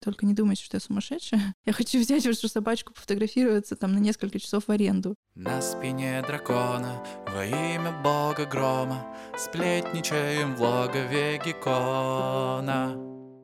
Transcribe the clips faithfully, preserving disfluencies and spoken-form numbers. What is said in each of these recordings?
Только не думайте, что я сумасшедшая. Я хочу взять вашу собачку, пофотографироваться там на несколько часов в аренду. На спине дракона во имя бога грома сплетничаем в логове Геккона.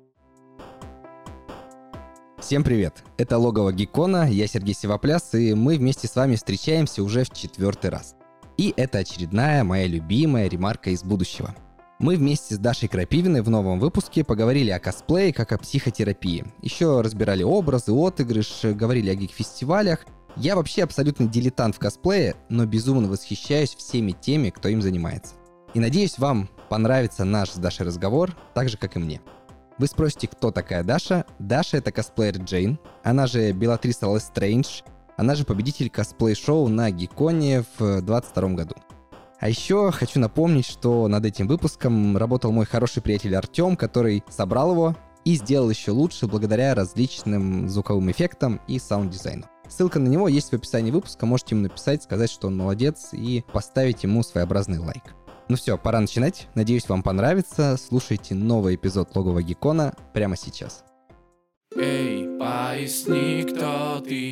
Всем привет! Это Логово Геккона, я Сергей Сивопляс, и мы вместе с вами встречаемся уже в четвертый раз. И это очередная моя любимая ремарка из будущего. Мы вместе с Дашей Крапивиной в новом выпуске поговорили о косплее как о психотерапии. Еще разбирали образы, отыгрыш, говорили о гик-фестивалях. Я вообще абсолютно дилетант в косплее, но безумно восхищаюсь всеми теми, кто им занимается. И надеюсь, вам понравится наш с Дашей разговор, так же, как и мне. Вы спросите, кто такая Даша? Даша — это косплеер Джейн, она же Белатриса Лестрейндж, она же победитель косплей-шоу на Гекконе в двадцать втором году. А еще хочу напомнить, что над этим выпуском работал мой хороший приятель Артем, который собрал его и сделал еще лучше благодаря различным звуковым эффектам и саунд-дизайну. Ссылка на него есть в описании выпуска, можете ему написать, сказать, что он молодец, и поставить ему своеобразный лайк. Ну все, пора начинать. Надеюсь, вам понравится. Слушайте новый эпизод Логово Геккона прямо сейчас. Эй, поясни, кто ты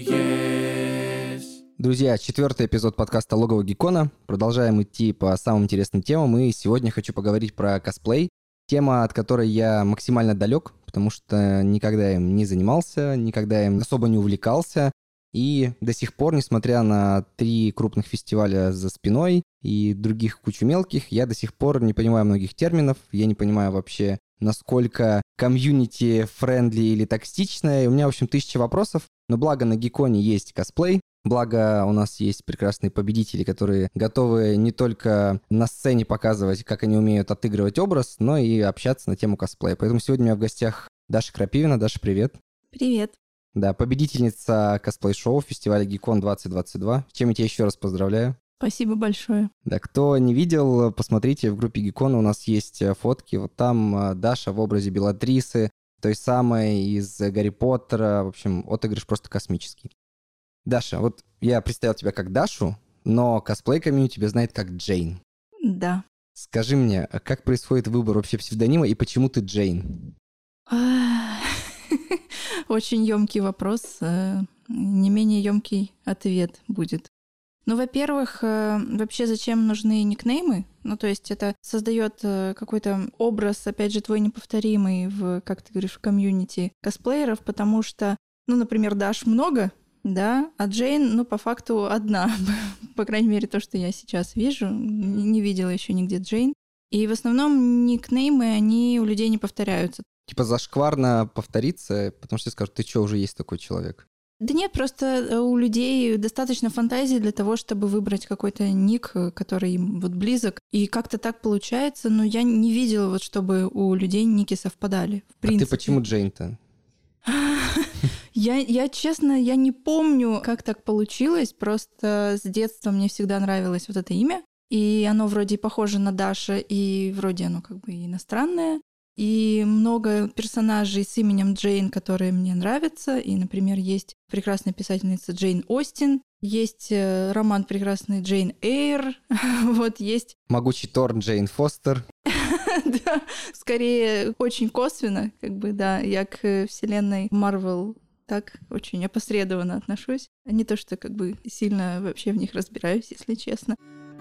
есть. Друзья, четвертый эпизод подкаста Логово Геккона. Продолжаем идти по самым интересным темам, и сегодня хочу поговорить про косплей. Тема, от которой я максимально далек, потому что никогда им не занимался, никогда им особо не увлекался. И до сих пор, несмотря на три крупных фестиваля за спиной и других кучу мелких, я до сих пор не понимаю многих терминов, я не понимаю вообще, насколько комьюнити френдли или токсичное. И у меня, в общем, тысяча вопросов, но благо на Гекконе есть косплей, благо у нас есть прекрасные победители, которые готовы не только на сцене показывать, как они умеют отыгрывать образ, но и общаться на тему косплея. Поэтому сегодня у меня в гостях Даша Крапивина. Даша, привет. Привет. Да, победительница косплей-шоу фестиваля Геккон двадцать двадцать два. С чем я тебя еще раз поздравляю. Спасибо большое. Да, кто не видел, посмотрите, в группе Геккона у нас есть фотки. Вот там Даша в образе Белатрисы, той самой из Гарри Поттера. В общем, отыгрыш просто космический. Даша, вот я представил тебя как Дашу, но косплей-комьюнити тебя знает как Джейн. Да. Скажи мне, как происходит выбор вообще псевдонима и почему ты Джейн? Очень ёмкий вопрос, не менее ёмкий ответ будет. Ну, во-первых, вообще зачем нужны никнеймы? Ну, то есть это создает какой-то образ, опять же, твой неповторимый в, как ты говоришь, в комьюнити косплееров, потому что, ну, например, Даш много, да, а Джейн, ну, по факту одна. По крайней мере, то, что я сейчас вижу. Не видела еще нигде Джейн. И в основном никнеймы, они у людей не повторяются. Типа зашкварно повториться, потому что скажут, ты что, уже есть такой человек? Да нет, просто у людей достаточно фантазии для того, чтобы выбрать какой-то ник, который им вот близок. И как-то так получается, но я не видела, вот, чтобы у людей ники совпадали. В принципе. А ты почему Джейн-то? Я, я, честно, я не помню, как так получилось. Просто с детства мне всегда нравилось вот это имя. И оно вроде похоже на Даша, и вроде оно как бы иностранное. И много персонажей с именем Джейн, которые мне нравятся. И, например, есть прекрасная писательница Джейн Остин, есть роман прекрасный Джейн Эйр, вот есть... Могучий Тор Джейн Фостер. Да, скорее очень косвенно, как бы, да, я к вселенной Марвел так очень опосредованно отношусь. Не то, что как бы сильно вообще в них разбираюсь, если честно.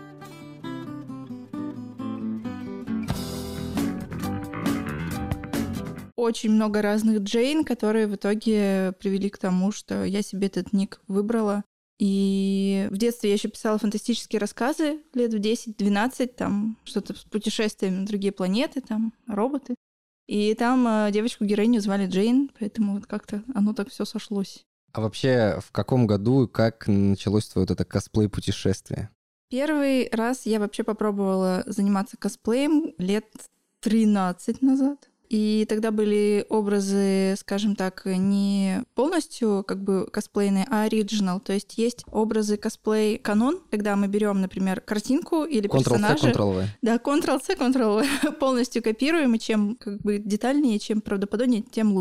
Очень много разных Джейн, которые в итоге привели к тому, что я себе этот ник выбрала. И в детстве я еще писала фантастические рассказы лет в десять-двенадцать, там что-то с путешествиями на другие планеты, там роботы. И там э, девочку-героиню звали Джейн, поэтому вот как-то оно так все сошлось. А вообще, в каком году и как началось твое вот это косплей-путешествие? Первый раз я вообще попробовала заниматься косплеем лет тринадцать назад. И тогда были образы, скажем так, не полностью как бы косплейные, а оригинал. То есть есть образы косплей-канон, когда мы берем, например, картинку или персонажа. контрол-C, контрол-V. Да, контрол-C, контрол-V. Полностью копируем, и чем как бы детальнее, чем правдоподобнее, тем лучше.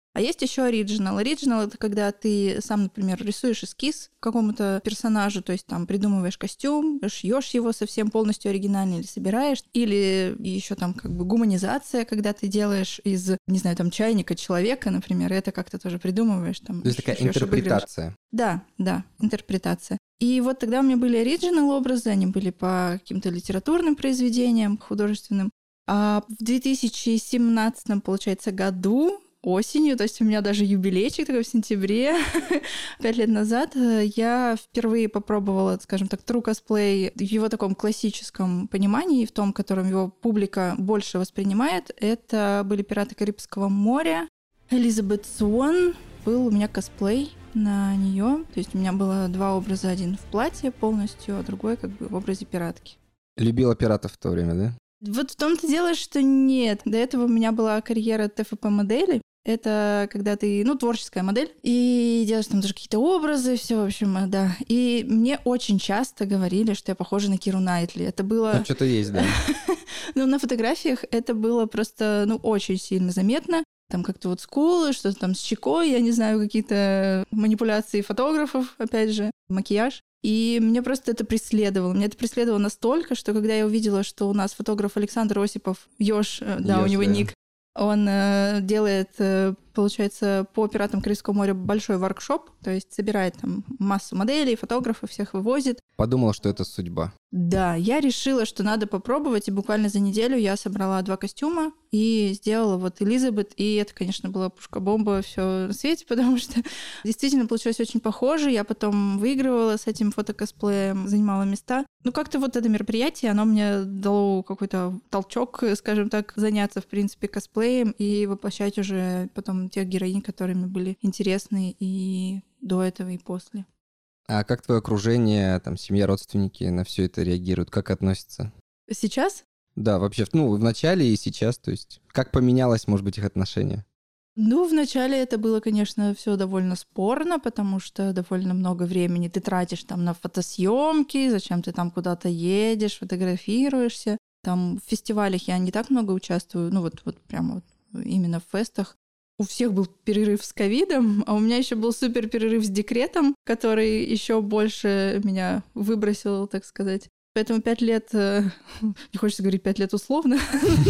А есть еще оригинал. Оригинал — это когда ты сам, например, рисуешь эскиз к какому-то персонажу, то есть там придумываешь костюм, шьешь его совсем полностью оригинально или собираешь, или еще там как бы гуманизация, когда ты делаешь из, не знаю, там чайника человека, например, это как-то тоже придумываешь. Там, то есть такая интерпретация. Да, да, интерпретация. И вот тогда у меня были оригинал образы, они были по каким-то литературным произведениям, художественным. А в две тысячи семнадцатом, получается, году осенью, то есть у меня даже юбилейчик такой в сентябре, пять лет назад, я впервые попробовала, скажем так, true cosplay в его таком классическом понимании, в том, котором его публика больше воспринимает. Это были «Пираты Карибского моря». Элизабет Суон был у меня косплей на нее. То есть у меня было два образа, один в платье полностью, а другой как бы в образе пиратки. Любила пиратов в то время, да? Вот в том-то дело, что нет. До этого у меня была карьера тэ эф пэ-модели. Это когда ты, ну, творческая модель, и делаешь там даже какие-то образы, все, в общем, да. И мне очень часто говорили, что я похожа на Киру Найтли. Это было... Там что-то есть, да. Ну, на фотографиях это было просто, ну, очень сильно заметно. Там как-то вот скулы, что-то там с щекой, я не знаю, какие-то манипуляции фотографов, опять же, макияж. И мне просто это преследовало. Меня это преследовало настолько, что когда я увидела, что у нас фотограф Александр Осипов, Ёж, да, Ёж, у него да. ник, он э, делает, э, получается, по «Пиратам Карибского моря» большой воркшоп, то есть собирает там массу моделей, фотографов, всех вывозит. Подумала, что это судьба. Да, я решила, что надо попробовать, и буквально за неделю я собрала два костюма и сделала вот Элизабет, и это, конечно, была пушка-бомба все на свете, потому что действительно получилось очень похоже. Я потом выигрывала с этим фотокосплеем, занимала места. Ну, как-то вот это мероприятие, оно мне дало какой-то толчок, скажем так, заняться, в принципе, косплеем и воплощать уже потом тех героинь, которые мне были интересны и до этого, и после. А как твое окружение, там, семья, родственники на все это реагируют? Как относятся? Сейчас? Да, вообще, ну, в начале и сейчас, то есть, как поменялось, может быть, их отношение? Ну, вначале это было, конечно, все довольно спорно, потому что довольно много времени ты тратишь там на фотосъемки, зачем ты там куда-то едешь, фотографируешься. Там в фестивалях я не так много участвую, ну вот, вот прямо вот именно в фестах. У всех был перерыв с ковидом, а у меня еще был супер перерыв с декретом, который еще больше меня выбросил, так сказать. Поэтому пять лет, не хочется говорить пять лет условно,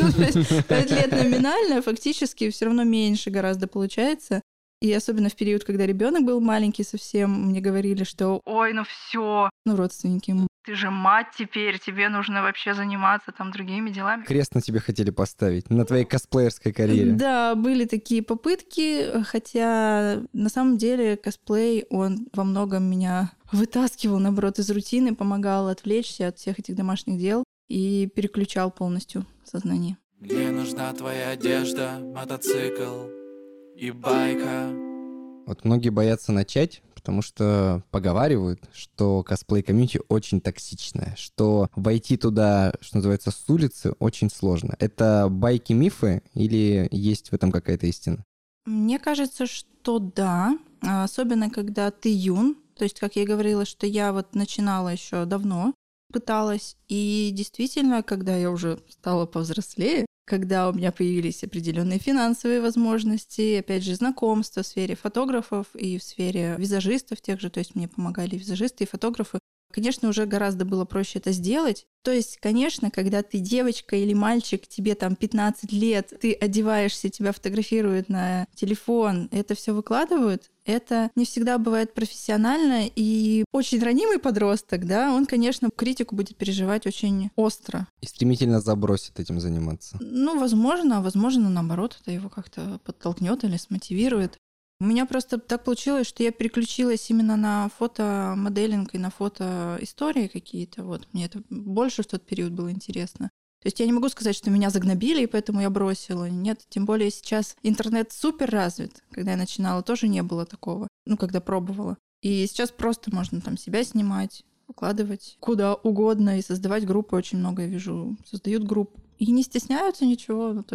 пять лет номинально, фактически все равно меньше гораздо получается. И особенно в период, когда ребенок был маленький совсем, мне говорили, что ой, ну все, ну родственники, ты же мать теперь, тебе нужно вообще заниматься там другими делами. Крест на тебе хотели поставить, на твоей косплеерской карьере. Да, были такие попытки, хотя на самом деле косплей, он во многом меня вытаскивал, наоборот, из рутины, помогал отвлечься от всех этих домашних дел и переключал полностью сознание. Мне нужна твоя одежда, мотоцикл и байка. Вот многие боятся начать, потому что поговаривают, что косплей-комьюнити очень токсичное, что войти туда, что называется, с улицы очень сложно. Это байки-мифы или есть в этом какая-то истина? Мне кажется, что да, особенно когда ты юн. То есть, как я и говорила, что я вот начинала еще давно, пыталась. И действительно, когда я уже стала повзрослее, когда у меня появились определенные финансовые возможности, опять же, знакомства в сфере фотографов и в сфере визажистов тех же, то есть мне помогали визажисты и фотографы, конечно, уже гораздо было проще это сделать. То есть, конечно, когда ты девочка или мальчик, тебе там пятнадцать лет, ты одеваешься, тебя фотографируют на телефон, это все выкладывают, это не всегда бывает профессионально, и очень ранимый подросток, да, он, конечно, критику будет переживать очень остро. И стремительно забросит этим заниматься. Ну, возможно, возможно, наоборот, это его как-то подтолкнет или смотивирует. У меня просто так получилось, что я переключилась именно на фотомоделинг и на фотоистории какие-то. Вот. Мне это больше в тот период было интересно. То есть я не могу сказать, что меня загнобили, и поэтому я бросила. Нет, тем более сейчас интернет супер развит. Когда я начинала, тоже не было такого. Ну, когда пробовала. И сейчас просто можно там себя снимать, выкладывать куда угодно и создавать группы. Очень много, я вижу, создают группы. И не стесняются ничего. Ну, то есть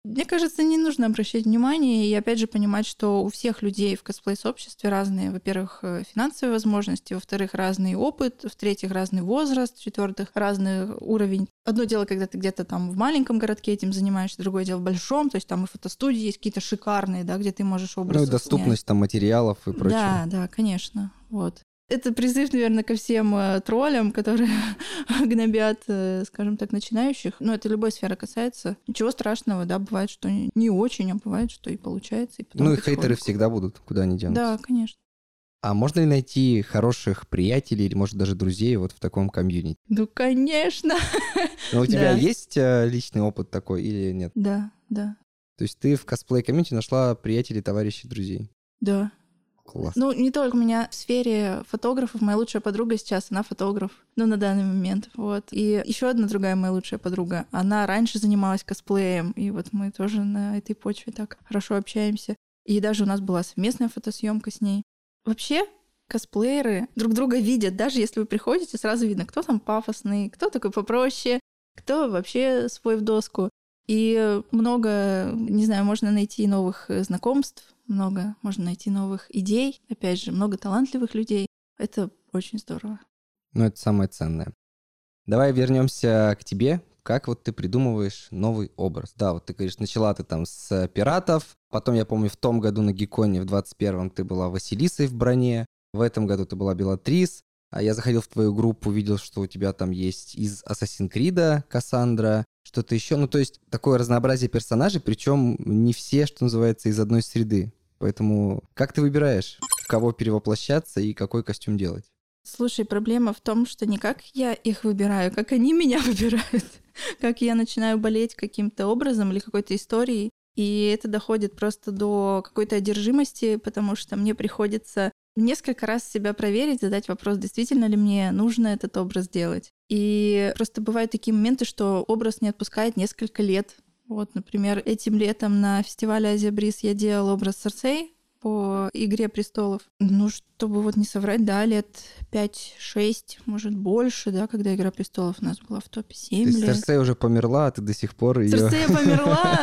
Мне кажется, не нужно обращать внимание и опять же понимать, что у всех людей в косплей-сообществе разные, во-первых, финансовые возможности, во-вторых, разный опыт, в-третьих, разный возраст, в-четвертых, разный уровень. Одно дело, когда ты где-то там в маленьком городке этим занимаешься, другое дело в большом, то есть там и фотостудии есть какие-то шикарные, да, где ты можешь образ Ну и доступность снять. там материалов и прочее. Да, да, конечно, вот. Это призыв, наверное, ко всем э, троллям, которые гнобят, э, скажем так, начинающих. Ну, это любой сферы касается. Ничего страшного, да, бывает, что не очень, а бывает, что и получается. И потом Ну и потихоньку. хейтеры всегда будут, куда они денутся. Да, конечно. А можно ли найти хороших приятелей или, может, даже друзей вот в таком комьюнити? Ну, конечно. Но у тебя Да. есть э, личный опыт такой или нет? Да, да, То есть ты в косплей-комьюнити нашла приятелей, товарищей, друзей? да. Класс. Ну, не только у меня в сфере фотографов, моя лучшая подруга сейчас, она фотограф, ну, на данный момент, вот. И еще одна другая моя лучшая подруга, она раньше занималась косплеем, и вот мы тоже на этой почве так хорошо общаемся. И даже у нас была совместная фотосъемка с ней. Вообще, косплееры друг друга видят, даже если вы приходите, сразу видно, кто там пафосный, кто такой попроще, кто вообще свой в доску. И много, не знаю, можно найти новых знакомств, много можно найти новых идей, опять же, много талантливых людей. Это очень здорово. Ну, это самое ценное. Давай вернемся к тебе. Как вот ты придумываешь новый образ? Да, вот ты говоришь, начала ты там с пиратов, потом, я помню, в том году на Гиконе, в двадцать первом, ты была Василисой в броне, в этом году ты была Белатрис, а я заходил в твою группу, видел, что у тебя там есть из Assassin's Creed Кассандра, что-то еще. Ну, то есть такое разнообразие персонажей, причем не все, что называется, из одной среды. Поэтому как ты выбираешь, в кого перевоплощаться и какой костюм делать? Слушай, проблема в том, что не как я их выбираю, как они меня выбирают. Как я начинаю болеть каким-то образом или какой-то историей. И это доходит просто до какой-то одержимости, потому что мне приходится несколько раз себя проверить, задать вопрос, действительно ли мне нужно этот образ делать. И просто бывают такие моменты, что образ не отпускает несколько лет. Вот, например, этим летом на фестивале Азия Бриз я делала образ Серсей по «Игре престолов». Ну, чтобы вот не соврать, да, лет пять-шесть, может, больше, да, когда «Игра престолов» у нас была в топе семь То есть лет. Серсей уже померла, а ты до сих пор ее... Серсея померла,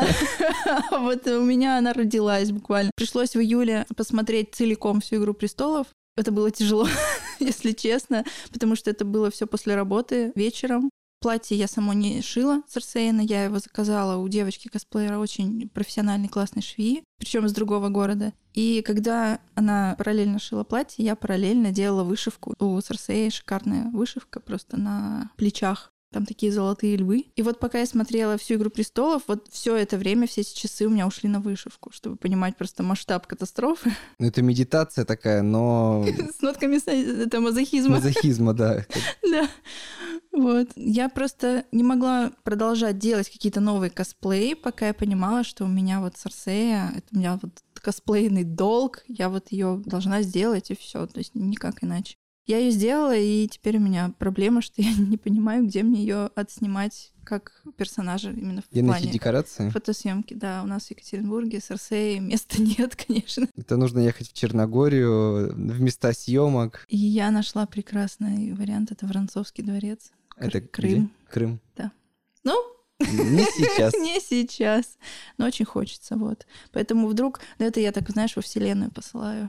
а вот у меня она родилась буквально. Пришлось в июле посмотреть целиком всю «Игру престолов». Это было тяжело, если честно, потому что это было все после работы вечером. Платье я сама не шила Серсеина, я его заказала у девочки-косплеера, очень профессиональной, классной швеи, причем из другого города. И когда она параллельно шила платье, я параллельно делала вышивку. У Серсеи шикарная вышивка просто на плечах. Там такие золотые львы. И вот пока я смотрела всю «Игру престолов», вот все это время, все эти часы у меня ушли на вышивку, чтобы понимать просто масштаб катастрофы. Ну, это медитация такая, но... С нотками это мазохизма. Мазохизма, да. Да. Вот. Я просто не могла продолжать делать какие-то новые косплеи, пока я понимала, что у меня вот Серсея, это у меня вот косплейный долг, я вот ее должна сделать, и все, то есть никак иначе. Я ее сделала, и теперь у меня проблема, что я не понимаю, где мне ее отснимать как персонажа именно в И плане найти декорации? фотосъемки. Да, у нас в Екатеринбурге Серсеи места нет, конечно. Это нужно ехать в Черногорию, в места съемок. И я нашла прекрасный вариант, это Воронцовский дворец. Это Крым. где? Крым. Да. Ну, не сейчас. Не сейчас. Но очень хочется, вот. Поэтому вдруг, да, это я так, знаешь, во Вселенную посылаю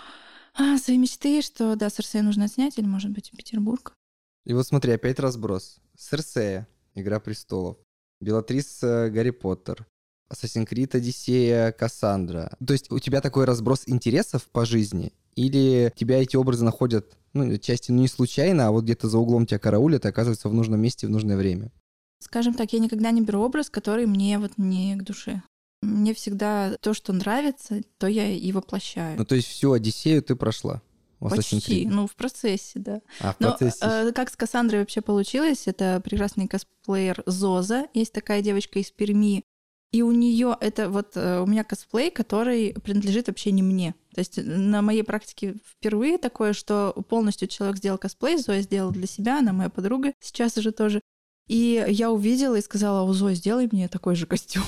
а, свои мечты, что, да, Серсея нужно снять, или, может быть, в Петербург. И вот смотри, опять разброс. Серсея, «Игра престолов», Белатрис, Гарри Поттер, Assassin's Creed, Одиссея, Кассандра. То есть у тебя такой разброс интересов по жизни? Или тебя эти образы находят, ну, части, ну, не случайно, а вот где-то за углом тебя караулят и оказываются в нужном месте в нужное время? Скажем так, я никогда не беру образ, который мне вот не к душе. Мне всегда то, что нравится, то я и воплощаю. Ну, то есть всю Одиссею ты прошла? Почти, ну, в процессе, да. А, в Но процессе. э, как с Кассандрой вообще получилось, это прекрасный косплеер Зоза. Есть такая девочка из Перми, и у нее это вот э, у меня косплей, который принадлежит вообще не мне. То есть на моей практике впервые такое, что полностью человек сделал косплей, Зоя сделала для себя, она моя подруга, сейчас уже тоже. И я увидела и сказала: о, Зоя, сделай мне такой же костюм.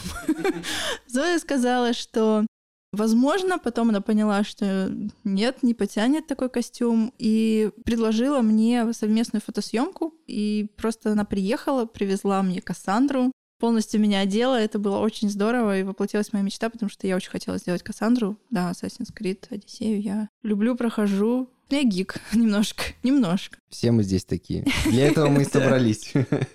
Зоя сказала, что возможно, потом она поняла, что нет, не потянет такой костюм, и предложила мне совместную фотосъемку. И просто она приехала, привезла мне Кассандру. полностью меня одела. Это было очень здорово и воплотилась моя мечта, потому что я очень хотела сделать Кассандру. Да, Assassin's Creed, Одиссею я люблю, прохожу. Я гик немножко, немножко. Все мы здесь такие. Для этого мы и собрались.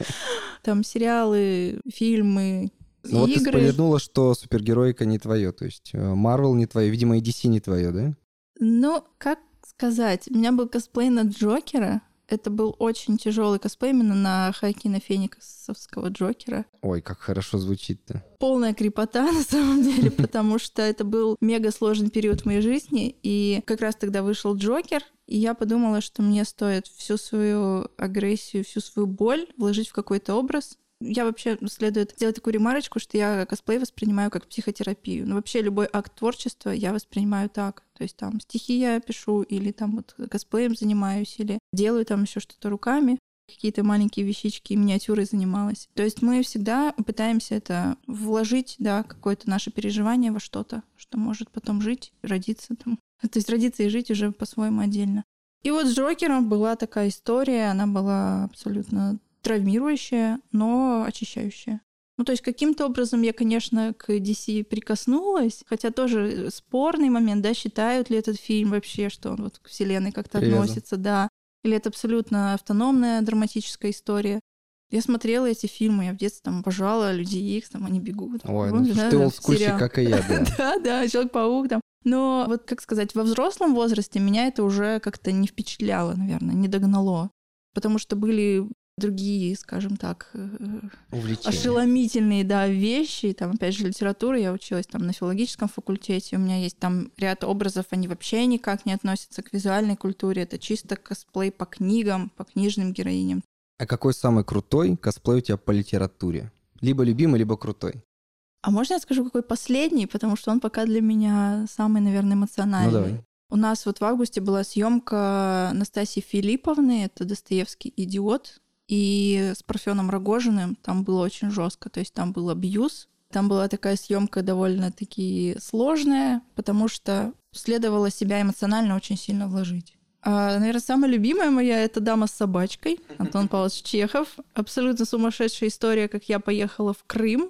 Там сериалы, фильмы, Ну вот ты игры. спойлернула, что супергероика не твое, то есть Марвел не твое, видимо, и ди си не твое, да? Ну, как сказать, у меня был косплей на Джокера. Это был очень тяжелый косплей именно на Хоакина Фениксовского Джокера. Ой, как хорошо звучит-то. Полная крепота на самом деле, потому что это был мега сложный период в моей жизни. И как раз тогда вышел Джокер, и я подумала, что мне стоит всю свою агрессию, всю свою боль вложить в какой-то образ. Я вообще следует сделать такую ремарочку, что я косплей воспринимаю как психотерапию. Но вообще любой акт творчества я воспринимаю так. То есть там стихи я пишу, или там вот косплеем занимаюсь, или делаю там еще что-то руками. Какие-то маленькие вещички, миниатюры занималась. То есть мы всегда пытаемся это вложить, да, какое-то наше переживание во что-то, что может потом жить, родиться там. То есть родиться и жить уже по-своему отдельно. И вот с Джокером была такая история, она была абсолютно травмирующая, но очищающая. Ну, то есть каким-то образом я, конечно, к ди си прикоснулась, хотя тоже спорный момент, да, считают ли этот фильм вообще, что он вот к вселенной как-то Привязан. относится, да, или это абсолютно автономная драматическая история. Я смотрела эти фильмы, я в детстве там обожала Люди Икс, там они бегут. Ой, ну Помнишь, слушай, да, ты да, олдскульщик, сериал. как и я, да. Да, да, Человек-паук там. Но вот, как сказать, во взрослом возрасте меня это уже как-то не впечатляло, наверное, не догнало. Потому что были другие, скажем так, Увлечение. ошеломительные, да, вещи. Там, опять же, литература. Я училась там на филологическом факультете. У меня есть там ряд образов, они вообще никак не относятся к визуальной культуре. Это чисто косплей по книгам, по книжным героиням. А какой самый крутой косплей у тебя по литературе? Либо любимый, либо крутой. А можно я скажу, какой последний? Потому что он пока для меня самый, наверное, эмоциональный. Ну давай. У нас вот в августе была съемка Настасьи Филипповны, это Достоевский «Идиот», и с Парфеном Рогожиным там было очень жестко, то есть там был абьюз. Там была такая съемка довольно-таки сложная, потому что следовало себя эмоционально очень сильно вложить. А, наверное, самая любимая моя — это «Дама с собачкой», Антон Павлович Чехов. Абсолютно сумасшедшая история, как я поехала в Крым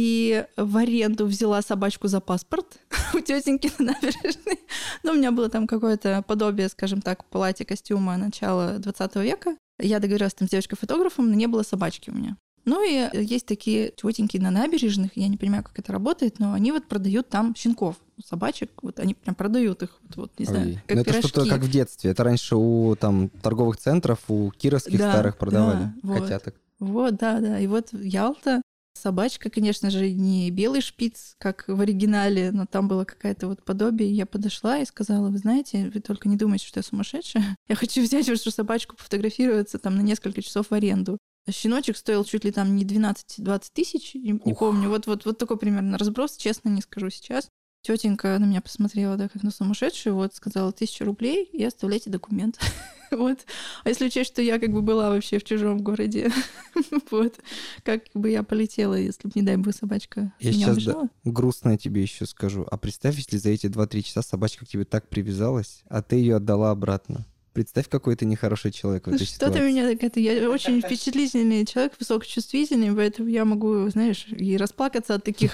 и в аренду взяла собачку за паспорт у тетеньки на набережной. Ну, у меня было там какое-то подобие, скажем так, платья, костюма начала двадцатого века. Я договорилась там с девочкой-фотографом, но не было собачки у меня. Ну и есть такие тетеньки на набережных, я не понимаю, как это работает, но они вот продают там щенков, собачек, вот они прям продают их, вот, вот не знаю, Ой. как Ну, это пирожки. что-то как в детстве. Это раньше у там торговых центров, у кировских Да, старых продавали да, вот. котяток. Вот, да, да. И вот Ялта, собачка, конечно же, не белый шпиц, как в оригинале, но там было какое-то вот подобие. Я подошла и сказала: вы знаете, вы только не думайте, что я сумасшедшая. Я хочу взять вашу собачку, пофотографироваться там на несколько часов в аренду. А щеночек стоил чуть ли там не двенадцать-двадцать тысяч, не, не помню. Вот, вот, вот такой примерно разброс, честно не скажу сейчас. Тетенька на меня посмотрела, да, как на сумасшедшую, вот, сказала: тысячу рублей и оставляйте документ. Вот. А если учесть, что я как бы была вообще в чужом городе, вот, как бы я полетела, если бы, не дай бог, собачка Я меня сейчас убежала. да, грустно тебе еще скажу. А представь, если за эти два-три часа собачка к тебе так привязалась, а ты ее отдала обратно. Представь, какой ты нехороший человек в Ну, этой что-то ситуации. меня так это... Я очень впечатлительный человек, высокочувствительный, поэтому я могу, знаешь, и расплакаться от таких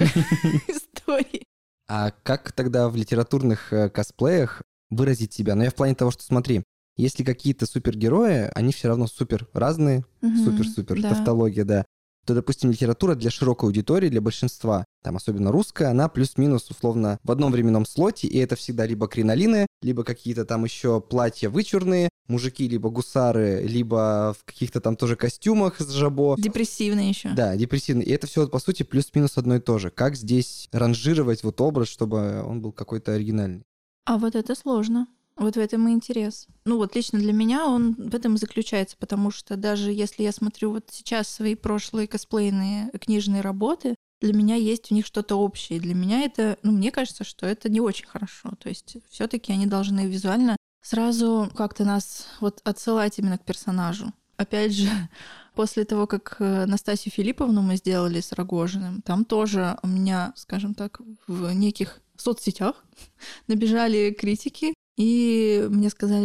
историй. А как тогда в литературных э, косплеях выразить себя? Ну, я в плане того, что смотри, если какие-то супергерои, они все равно супер разные, Мгм, супер-супер, да. тавтология, да, то, допустим, литература для широкой аудитории, для большинства, там, особенно русская, она плюс-минус, условно, в одном временном слоте, и это всегда либо кринолины, либо какие-то там еще платья вычурные, мужики либо гусары, либо в каких-то там тоже костюмах с жабо. Депрессивный еще. Да, депрессивный. И это все, по сути, плюс-минус одно и то же. Как здесь ранжировать вот образ, чтобы он был какой-то оригинальный? А вот это сложно. Вот в этом и интерес. Ну вот лично для меня он в этом и заключается, потому что даже если я смотрю вот сейчас свои прошлые косплейные книжные работы, для меня есть в них что-то общее. И для меня это, ну мне кажется, что это не очень хорошо. То есть все-таки они должны визуально сразу как-то нас вот отсылать именно к персонажу. Опять же, после того, как Настасью Филипповну мы сделали с Рогожиным, там тоже у меня, скажем так, в неких соцсетях набежали критики, и мне сказали, что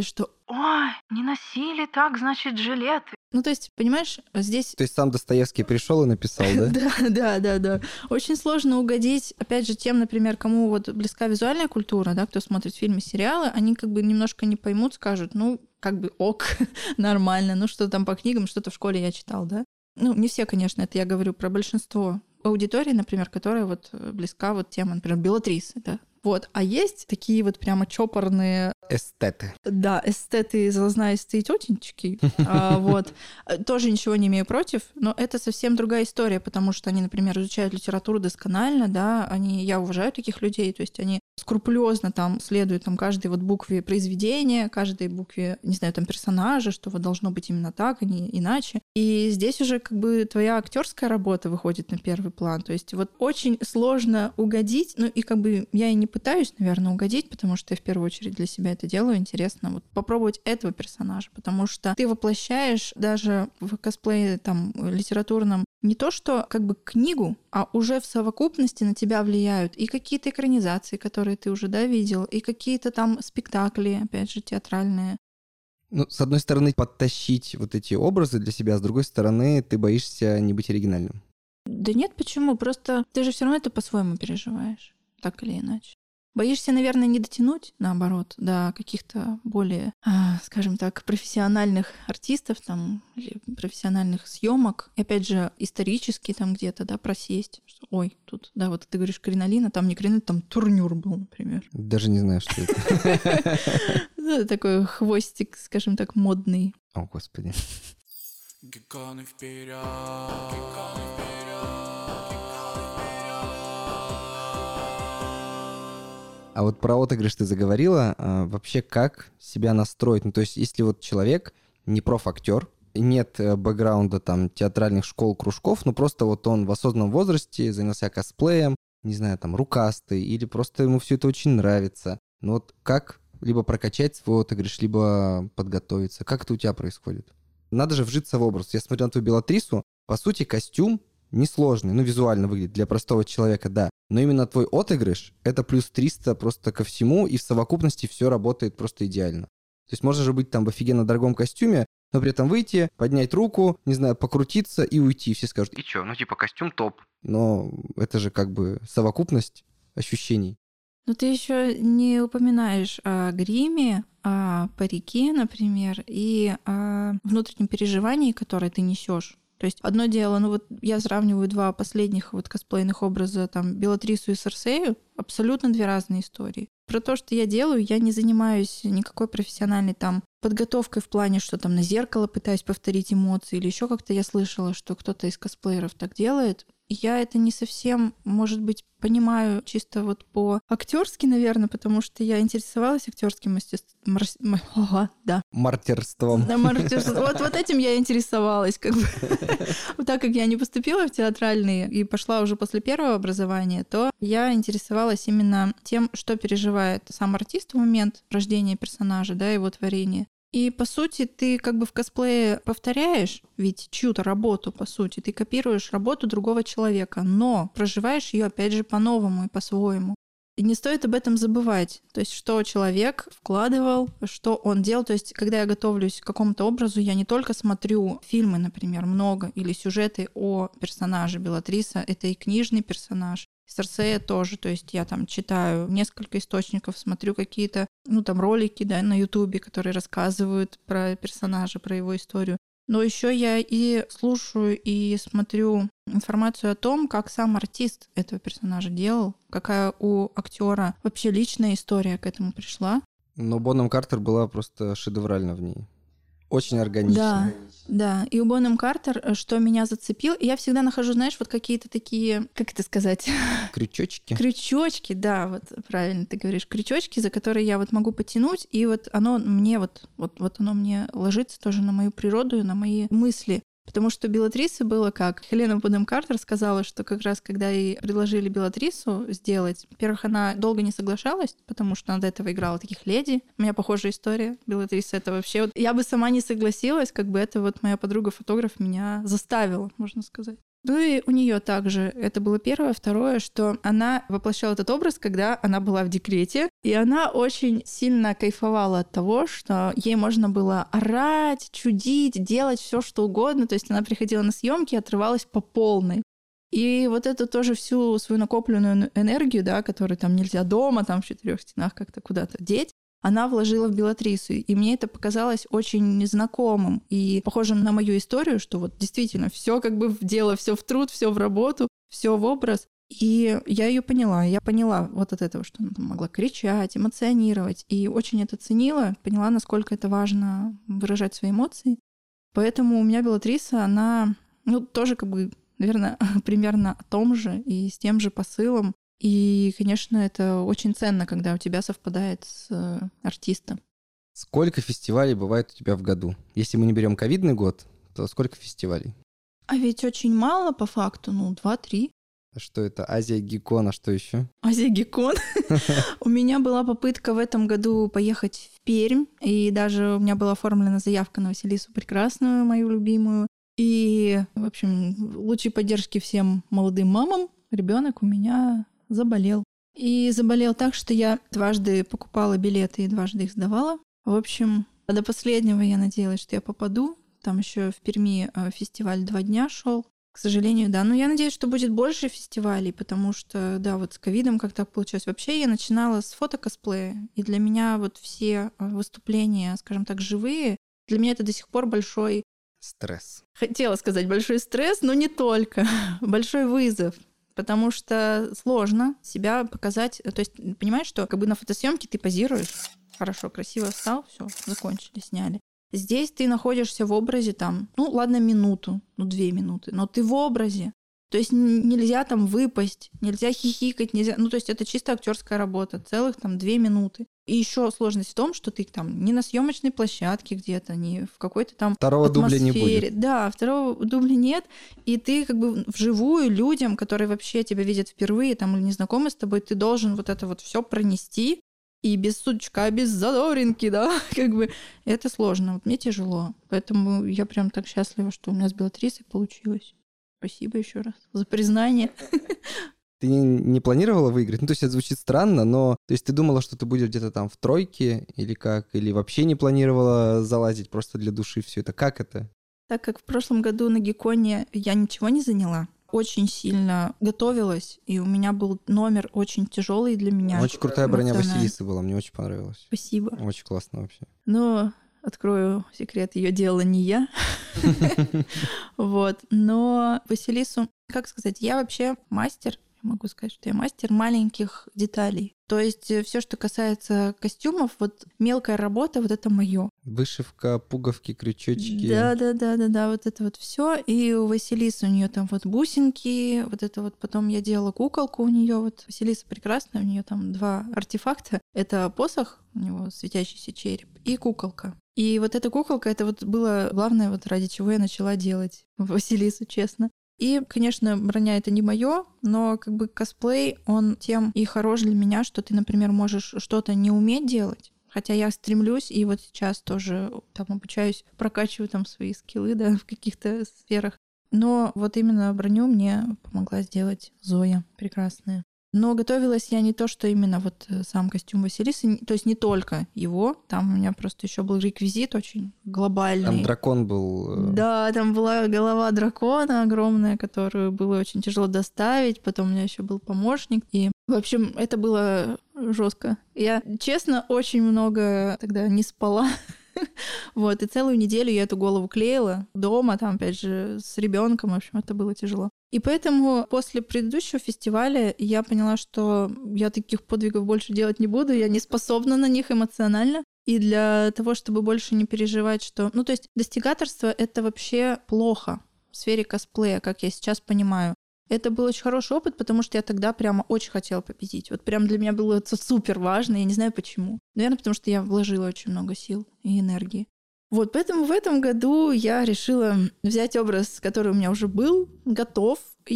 ой, не носили так, значит, жилеты. Ну, то есть, понимаешь, здесь... То есть сам Достоевский пришел и написал, да? Да, да, да, да. Очень сложно угодить, опять же, тем, например, кому вот близка визуальная культура, да, кто смотрит фильмы, сериалы, они как бы немножко не поймут, скажут, ну, как бы ок, нормально, ну, что там по книгам, что-то в школе я читал, да. Ну, не все, конечно, это я говорю про большинство аудитории, например, которая вот близка вот тема, например, Беллатрисы, да. Вот. А есть такие вот прямо чопорные... Эстеты. Да, эстеты, залазнаистые тетенечки. а, вот. Тоже ничего не имею против, но это совсем другая история, потому что они, например, изучают литературу досконально, да, они, я уважаю таких людей, то есть они скрупулезно там следуют там каждой вот букве произведения, каждой букве, не знаю, там персонажа, что вот должно быть именно так, а не иначе. И здесь уже как бы твоя актерская работа выходит на первый план. То есть вот очень сложно угодить, ну и как бы я и не пытаюсь, наверное, угодить, потому что я в первую очередь для себя это делаю. Интересно вот попробовать этого персонажа, потому что ты воплощаешь даже в косплее там литературном не то, что как бы книгу, а уже в совокупности на тебя влияют и какие-то экранизации, которые ты уже, да, видел, и какие-то там спектакли, опять же, театральные. Ну, с одной стороны, подтащить вот эти образы для себя, с другой стороны, ты боишься не быть оригинальным. Да нет, почему? Просто ты же все равно это по-своему переживаешь, так или иначе. Боишься, наверное, не дотянуть, наоборот, до каких-то более, скажем так, профессиональных артистов там, или профессиональных съемок. И опять же, исторически там где-то, да, просесть. Что, ой, тут, да, вот ты говоришь кринолин, а там не кринолин, там турнюр был, например. Даже не знаю, что это. Такой хвостик, скажем так, модный. О, Господи. Гекконы вперед. А вот про отыгрыш ты заговорила. А вообще, как себя настроить? Ну, то есть, если вот человек не профактер, нет бэкграунда там театральных школ, кружков, но просто вот он в осознанном возрасте занялся косплеем, не знаю, там, рукастый, или просто ему все это очень нравится. Ну вот как либо прокачать свой отыгрыш, либо подготовиться? Как это у тебя происходит? Надо же вжиться в образ. Я смотрел на твою Беллатрису, по сути, костюм несложный, ну, визуально выглядит для простого человека, да. Но именно твой отыгрыш — это плюс триста просто ко всему, и в совокупности все работает просто идеально. То есть можно же быть там в офигенно дорогом костюме, но при этом выйти, поднять руку, не знаю, покрутиться и уйти. Все скажут, и чё, ну типа костюм топ. Но это же как бы совокупность ощущений. Но ты еще не упоминаешь о гриме, о парике, например, и о внутреннем переживании, которое ты несешь. То есть одно дело, ну вот я сравниваю два последних вот косплейных образа, там, Беллатрису и Серсею, абсолютно две разные истории. Про то, что я делаю, я не занимаюсь никакой профессиональной там подготовкой в плане, что там на зеркало пытаюсь повторить эмоции или еще как-то я слышала, что кто-то из косплееров так делает. Я это не совсем, может быть, понимаю чисто вот по-актерски, наверное, потому что я интересовалась актерским мастерством. Мар... Ого, да. Мартерством. Да, мартерством. Вот, вот этим я интересовалась. Как бы. Так как я не поступила в театральный и пошла уже после первого образования, то я интересовалась именно тем, что переживает сам артист в момент рождения персонажа, да, его творения. И, по сути, ты как бы в косплее повторяешь ведь чью-то работу, по сути. Ты копируешь работу другого человека, но проживаешь ее, опять же, по-новому и по-своему. И не стоит об этом забывать. То есть, что человек вкладывал, что он делал. То есть, когда я готовлюсь к какому-то образу, я не только смотрю фильмы, например, много, или сюжеты о персонаже. Беллатриса — это и книжный персонаж. Серсея тоже, то есть я там читаю несколько источников, смотрю какие-то, ну там ролики, да, на Ютубе, которые рассказывают про персонажа, про его историю. Но еще я и слушаю и смотрю информацию о том, как сам артист этого персонажа делал, какая у актера вообще личная история к этому пришла. Но Бонхэм Картер была просто шедевральна в ней. Очень органично. Да, да. И у Бонхэм Картер, что меня зацепило, я всегда нахожу, знаешь, вот какие-то такие, как это сказать? Крючочки. Крючочки, да, вот правильно ты говоришь, крючочки, за которые я вот могу потянуть, и вот оно мне вот, вот, вот оно мне ложится тоже на мою природу и на мои мысли. Потому что Беллатрисы было как? Хелена Бонхэм Картер сказала, что как раз когда ей предложили Беллатрису сделать, во-первых, она долго не соглашалась, потому что она до этого играла таких леди. У меня похожая история. Беллатриса — это вообще... Вот я бы сама не согласилась, как бы это вот моя подруга-фотограф меня заставила, можно сказать. Ну и у нее также это было первое. Второе, что она воплощала этот образ, когда она была в декрете, и она очень сильно кайфовала от того, что ей можно было орать, чудить, делать все, что угодно. То есть она приходила на съемки и отрывалась по полной. И вот эту тоже всю свою накопленную энергию, да, которую там нельзя дома, там в четырех стенах как-то куда-то деть, она вложила в Белатрису. И мне это показалось очень незнакомым и похожим на мою историю, что вот действительно все как бы в дело, все в труд, все в работу, все в образ. И я ее поняла. Я поняла вот от этого, что она там могла кричать, эмоционировать. И очень это ценила, поняла, насколько это важно выражать свои эмоции. Поэтому у меня Белатриса, она, ну, тоже как бы, наверное, примерно о том же и с тем же посылом. И, конечно, это очень ценно, когда у тебя совпадает с артистом. Сколько фестивалей бывает у тебя в году? Если мы не берем ковидный год, то сколько фестивалей? А ведь очень мало по факту, ну, два-три. А что это? Азия Гикон, а что еще? Азия Гикон. У меня была попытка в этом году поехать в Пермь, и даже у меня была оформлена заявка на Василису Прекрасную, мою любимую. И, в общем, лучшей поддержки всем молодым мамам. Ребенок у меня заболел. И заболел так, что я дважды покупала билеты и дважды их сдавала. В общем, до последнего я надеялась, что я попаду. Там еще в Перми фестиваль два дня шел. К сожалению, да. Но я надеюсь, что будет больше фестивалей, потому что, да, вот с ковидом как так получилось. Вообще я начинала с фотокосплея, и для меня вот все выступления, скажем так, живые, для меня это до сих пор большой... Стресс. Хотела сказать большой стресс, но не только. Большой вызов. Потому что сложно себя показать. То есть, понимаешь, что как бы на фотосъемке ты позируешь, хорошо, красиво встал, все, закончили, сняли. Здесь ты находишься в образе там, ну ладно, минуту, ну две минуты, но ты в образе. То есть нельзя там выпасть, нельзя хихикать, нельзя. Ну, то есть это чисто актерская работа, целых там две минуты. И еще сложность в том, что ты там не на съемочной площадке где-то, не в какой-то там второго атмосфере. Дубля не будет. Да, второго дубля нет. И ты как бы вживую людям, которые вообще тебя видят впервые там или не знакомы с тобой, ты должен вот это вот все пронести. И без сучка, без задоринки, да, как бы это сложно. Вот мне тяжело. Поэтому я прям так счастлива, что у меня с Белатрисой получилось. Спасибо еще раз за признание. Ты не, не планировала выиграть? Ну, то есть это звучит странно, но... То есть ты думала, что ты будешь где-то там в тройке или как? Или вообще не планировала залазить просто для души все это? Как это? Так как в прошлом году на Гиконе я ничего не заняла, очень сильно готовилась, и у меня был номер очень тяжелый для меня. Очень крутая броня Василисы была, мне очень понравилось. Спасибо. Очень классно вообще. Но... Открою секрет, ее делала не я. Вот. Но Василису, как сказать, я вообще мастер, я могу сказать, что я мастер маленьких деталей. То есть все, что касается костюмов, вот мелкая работа, вот это мое. Вышивка, пуговки, крючочки. Да, да, да, да, да, вот это вот все. И у Василисы у нее там вот бусинки, вот это вот. Потом я делала куколку у нее. Вот Василиса прекрасная, у нее там два артефакта. Это посох, у него светящийся череп, и куколка. И вот эта куколка, это вот было главное, вот ради чего я начала делать Василису, честно. И, конечно, броня — это не мое, но как бы косплей, он тем и хорош для меня, что ты, например, можешь что-то не уметь делать, хотя я стремлюсь, и вот сейчас тоже там обучаюсь, прокачиваю там свои скиллы, да, в каких-то сферах. Но вот именно броню мне помогла сделать Зоя прекрасная. Но готовилась я не то, что именно вот сам костюм Василисы, то есть не только его, там у меня просто еще был реквизит очень глобальный. Там дракон был. Да, там была голова дракона огромная, которую было очень тяжело доставить, потом у меня еще был помощник, и, в общем, это было жестко. Я, честно, очень много тогда не спала. Вот, и целую неделю я эту голову клеила дома, там, опять же, с ребенком, в общем, это было тяжело. И поэтому после предыдущего фестиваля я поняла, что я таких подвигов больше делать не буду, я не способна на них эмоционально. И для того, чтобы больше не переживать, что... Ну, то есть достигаторство — это вообще плохо в сфере косплея, как я сейчас понимаю. Это был очень хороший опыт, потому что я тогда прямо очень хотела победить. Вот прям для меня было это супер важно, я не знаю почему. Наверное, потому что я вложила очень много сил и энергии. Вот, поэтому в этом году я решила взять образ, который у меня уже был, готов, и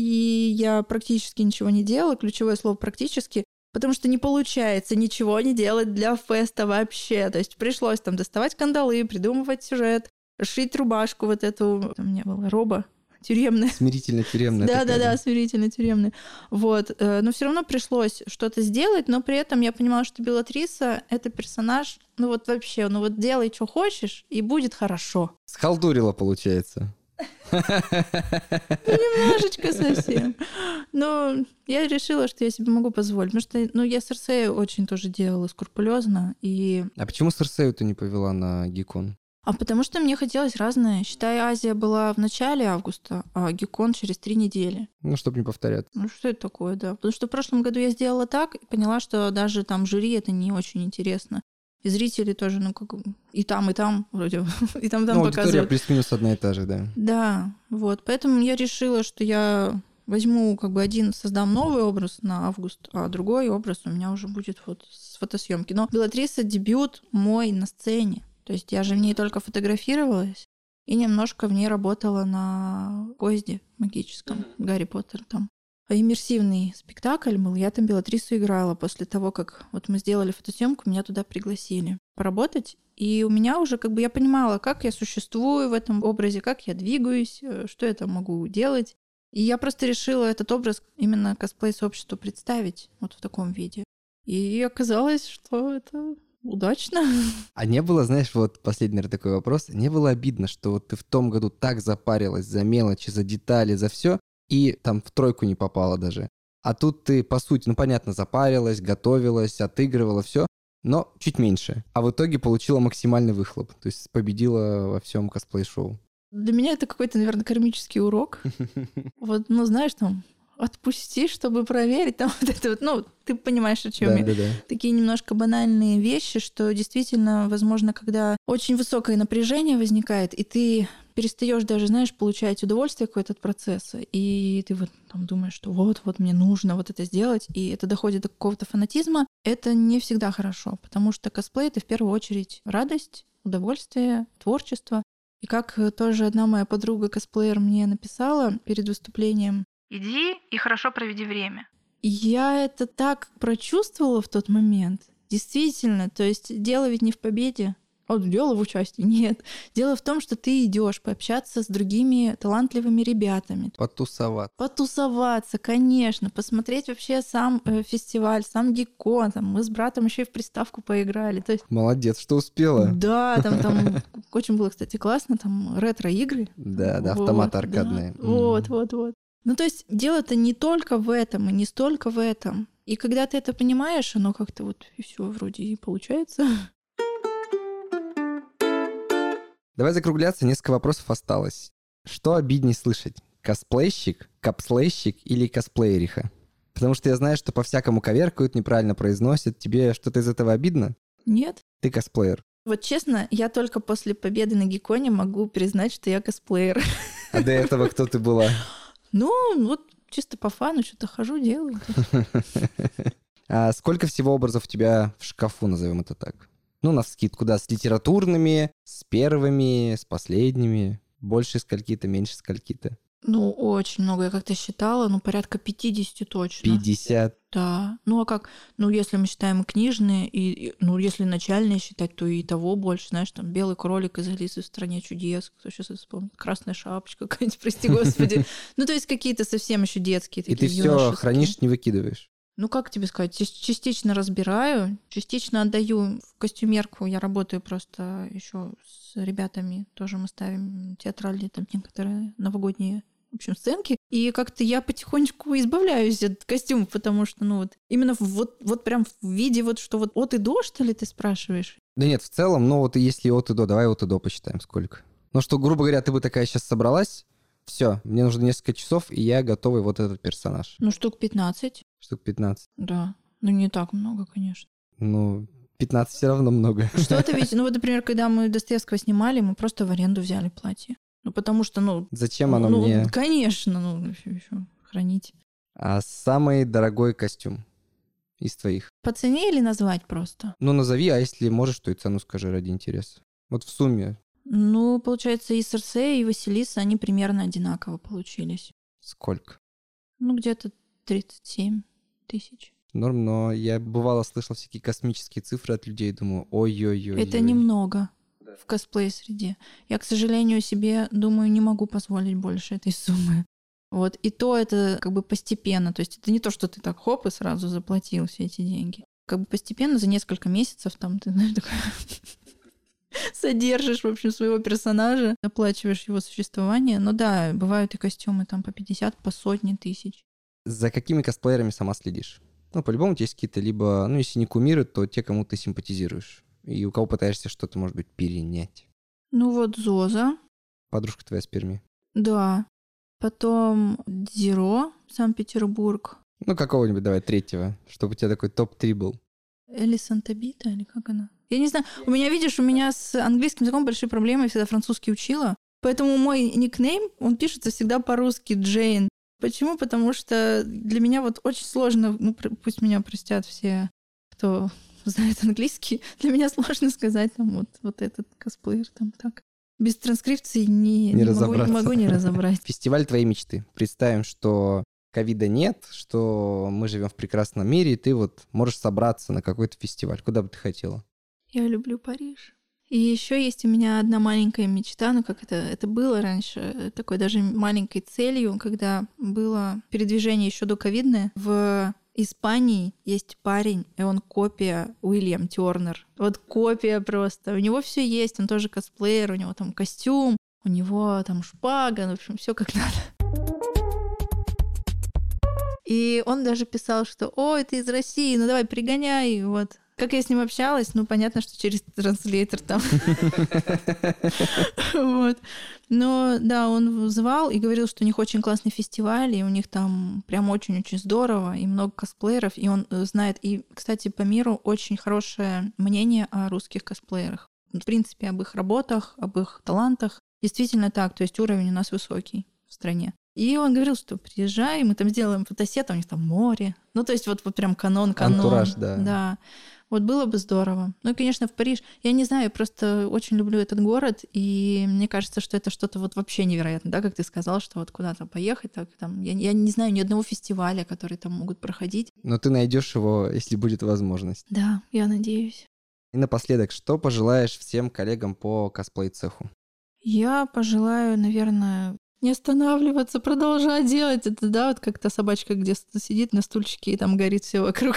я практически ничего не делала, ключевое слово «практически», потому что не получается ничего не делать для феста вообще. То есть пришлось там доставать кандалы, придумывать сюжет, шить рубашку вот эту. У меня была роба, тюремная. Смирительно-тюремная. Да-да-да, смирительно-тюремная. Вот. Но все равно пришлось что-то сделать, но при этом я понимала, что Белатриса — это персонаж, ну вот вообще, ну вот делай, что хочешь, и будет хорошо. Схалтурила, получается. Немножечко совсем. Но я решила, что я себе могу позволить. Потому что, ну, я Серсею очень тоже делала скрупулезно. И... А почему Серсею ты не повела на Гикон? А потому что мне хотелось разное. Считай, Азия была в начале августа, а Гикон через три недели. Ну, чтобы не повторяться. Ну, что это такое, да. Потому что в прошлом году я сделала так и поняла, что даже там жюри это не очень интересно. И зрители тоже, ну, как и там, и там вроде, и там, и там ну, показывают. аудитория плюс-минус одна и та же, да. Да, вот. Поэтому я решила, что я возьму как бы один, создам новый образ на август, а другой образ у меня уже будет вот с фотосъемки. Но Белатриса — дебют мой на сцене. То есть я же в ней только фотографировалась и немножко в ней работала на поезде магическом, Гарри Поттер там. Иммерсивный спектакль был, я там Белатрису играла. После того, как вот мы сделали фотосъемку, меня туда пригласили поработать. И у меня уже как бы я понимала, как я существую в этом образе, как я двигаюсь, что я там могу делать. И я просто решила этот образ именно косплей-сообществу представить вот в таком виде. И оказалось, что это удачно. А не было, знаешь, вот последний наверное, такой вопрос, не было обидно, что вот ты в том году так запарилась за мелочи, за детали, за все, и там в тройку не попала даже. А тут ты, по сути, ну, понятно, запарилась, готовилась, отыгрывала все, но чуть меньше. А в итоге получила максимальный выхлоп. То есть победила во всем косплей-шоу. Для меня это какой-то, наверное, кармический урок. Вот, ну, знаешь, там, отпусти, чтобы проверить. Там вот это вот, ну, ты понимаешь, о чем да, я. Да, да. Такие немножко банальные вещи, что действительно, возможно, когда очень высокое напряжение возникает, и ты перестаешь даже, знаешь, получать удовольствие какое-то от процесса, и ты вот там думаешь, что вот-вот мне нужно вот это сделать, и это доходит до какого-то фанатизма, это не всегда хорошо, потому что косплей — это в первую очередь радость, удовольствие, творчество. И как тоже одна моя подруга-косплеер мне написала перед выступлением: «Иди и хорошо проведи время». И я это так прочувствовала в тот момент. Действительно, то есть дело ведь не в победе, а дело в участии. Нет. Дело в том, что ты идешь пообщаться с другими талантливыми ребятами. Потусоваться. Потусоваться, конечно. Посмотреть вообще сам э, фестиваль, сам Гикон. Там, мы с братом еще и в приставку поиграли. То есть... Молодец, что успела. Да, там, там очень было, кстати, классно. Там ретро-игры. Да, да, автоматы вот, аркадные. Да. Вот, вот, вот. Ну, то есть дело-то не только в этом, и не столько в этом. И когда ты это понимаешь, оно как-то вот и все вроде и получается. Давай закругляться, несколько вопросов осталось. Что обиднее слышать? Косплейщик, капслейщик или косплеериха? Потому что я знаю, что по-всякому коверкают, неправильно произносят. Тебе что-то из этого обидно? Нет. Ты косплеер. Вот честно, я только после победы на Гиконе могу признать, что я косплеер. А до этого кто ты была? Ну, вот чисто по фану что-то хожу, делаю. А сколько всего образов у тебя в шкафу, назовем это так? Ну, навскидку, да, с литературными, с первыми, с последними. Больше скольки-то, меньше скольки-то. Ну, очень много. Я как-то считала, ну, порядка пятьдесят точно. пятьдесят? Да. Ну, а как? Ну, если мы считаем и книжные, и, и, ну, если начальные считать, то и того больше. Знаешь, там «Белый кролик» из «Алисы в стране чудес». Кто сейчас вспомнит? «Красная шапочка» какая-нибудь, прости господи. Ну, то есть какие-то совсем еще детские. И ты все хранишь, не выкидываешь? Ну, как тебе сказать, частично разбираю, частично отдаю в костюмерку. Я работаю просто еще с ребятами. Тоже мы ставим театральные там некоторые новогодние, в общем, сценки. И как-то я потихонечку избавляюсь от костюмов, потому что, ну, вот именно вот, вот прям в виде вот, что вот от и до, что ли, ты спрашиваешь? Да нет, в целом, ну вот если от и до, давай от и до посчитаем сколько. Ну что, грубо говоря, ты бы такая сейчас собралась, все, мне нужно несколько часов, и я готовый вот этот персонаж. Ну, штук пятнадцать. Штук пятнадцать. Да. Ну, не так много, конечно. Ну, пятнадцать все равно много. Что-то ведь, ну вот, например, когда мы Достоевского снимали, мы просто в аренду взяли платье. Ну, потому что, ну... Зачем оно ну, мне? Конечно, ну, еще хранить. А самый дорогой костюм из твоих? По цене или назвать просто? Ну, назови, а если можешь, то и цену скажи ради интереса. Вот в сумме. Ну, получается, и Серсея, и Василиса, они примерно одинаково получились. Сколько? Ну, где-то тридцать семь тысяч. Норм, но я бывало слышал всякие космические цифры от людей, думаю, ой-ой-ой. Это немного. Да. в косплей-среде. Я, к сожалению, себе, думаю, не могу позволить больше этой суммы. Вот. И то это как бы постепенно. То есть это не то, что ты так хоп и сразу заплатил все эти деньги. Как бы постепенно за несколько месяцев там ты, знаешь, такой... содержишь, в общем, своего персонажа, оплачиваешь его существование. Но да, бывают и костюмы там по пятьдесят, по сотни тысяч. За какими косплеерами сама следишь? Ну, по-любому у тебя есть какие-то либо, ну, если не кумиры, то те, кому ты симпатизируешь. И у кого пытаешься что-то, может быть, перенять. Ну вот Зоза. Подружка твоя с Перми. Да. Потом Дзиро, Санкт-Петербург. Ну, какого-нибудь, давай, третьего, чтобы у тебя такой топ три был. Элисон Табита, или как она? Я не знаю. У меня, видишь, у меня с английским языком большие проблемы. Я всегда французский учила. Поэтому мой никнейм, он пишется всегда по-русски Джейн. Почему? Потому что для меня вот очень сложно, ну, пусть меня простят все, кто знает английский, для меня сложно сказать там вот, вот этот косплеер там так. Без транскрипции не, Не не, могу, не могу не разобрать. Фестиваль твоей мечты. Представим, что ковида нет, что мы живем в прекрасном мире, и ты вот можешь собраться на какой-то фестиваль. Куда бы ты хотела? Я люблю Париж. И еще есть у меня одна маленькая мечта, ну как это, это было раньше, такой даже маленькой целью, когда было передвижение еще до ковидное. В Испании есть парень, и он копия Уильям Тернер. Вот копия просто. У него все есть, он тоже косплеер, у него там костюм, у него там шпага, ну, в общем, все как надо. И он даже писал, что «Ой, ты из России, ну давай, пригоняй». Вот. Как я с ним общалась, ну, понятно, что через транслейтер там. Вот. Но, да, он звал и говорил, что у них очень классный фестиваль, и у них там прям очень-очень здорово, и много косплееров, и он знает. И, кстати, по миру очень хорошее мнение о русских косплеерах. В принципе, об их работах, об их талантах. Действительно так, то есть уровень у нас высокий в стране. И он говорил, что приезжай, мы там сделаем фотосет, а у них там море. Ну, то есть вот, вот прям канон-канон. Антураж, да. Да. Вот было бы здорово. Ну и, конечно, в Париж. Я не знаю, я просто очень люблю этот город, и мне кажется, что это что-то вот вообще невероятное, да, как ты сказал, что вот куда-то поехать, так там. Я, я не знаю ни одного фестиваля, которые там могут проходить. Но ты найдешь его, если будет возможность. Да, я надеюсь. И напоследок, что пожелаешь всем коллегам по косплей-цеху? Я пожелаю, наверное, не останавливаться, продолжать делать это, да, вот как та собачка, где сидит на стульчике и там горит все вокруг.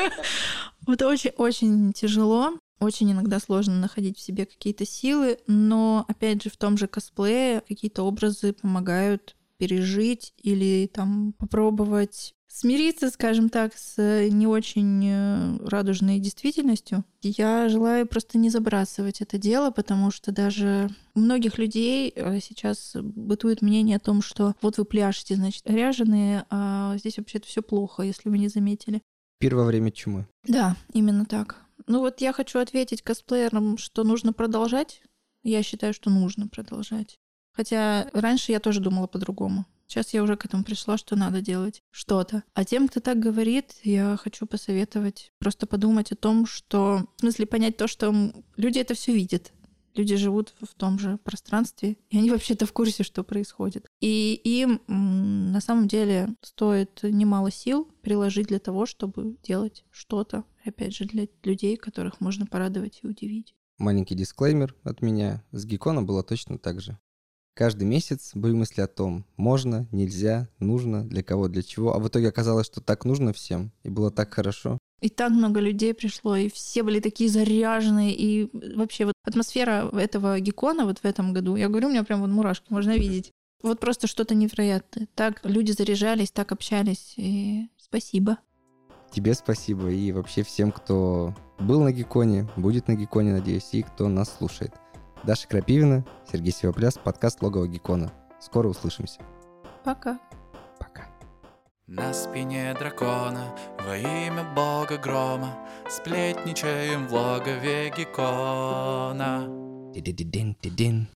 Это очень-очень тяжело, очень иногда сложно находить в себе какие-то силы, но, опять же, в том же косплее какие-то образы помогают пережить или там попробовать смириться, скажем так, с не очень радужной действительностью. Я желаю просто не забрасывать это дело, потому что даже у многих людей сейчас бытует мнение о том, что вот вы пляшете, значит, ряженые, а здесь вообще-то все плохо, если вы не заметили. Первое время чумы. Да, именно так. Ну вот я хочу ответить косплеерам, что нужно продолжать. Я считаю, что нужно продолжать. Хотя раньше я тоже думала по-другому. Сейчас я уже к этому пришла, что надо делать что-то. А тем, кто так говорит, я хочу посоветовать просто подумать о том, что... В смысле понять то, что люди это все видят. Люди живут в том же пространстве, и они вообще-то в курсе, что происходит. И им на самом деле стоит немало сил приложить для того, чтобы делать что-то, опять же, для людей, которых можно порадовать и удивить. Маленький дисклеймер от меня. С Гикона было точно так же. Каждый месяц были мысли о том, можно, нельзя, нужно, для кого, для чего. А в итоге оказалось, что так нужно всем, и было так хорошо. И так много людей пришло, и все были такие заряженные, и вообще вот атмосфера этого Гикона вот в этом году, я говорю, у меня прям вот мурашки, можно видеть. Вот просто что-то невероятное. Так люди заряжались, так общались, и спасибо. Тебе спасибо, и вообще всем, кто был на Гиконе, будет на Гиконе, надеюсь, и кто нас слушает. Даша Крапивина, Сергей Сивопляс, подкаст «Логово Гикона». Скоро услышимся. Пока. Пока. На спине дракона во имя бога грома сплетничаем в логове Гикона. Ти-ди-ди-дин-ти-дин.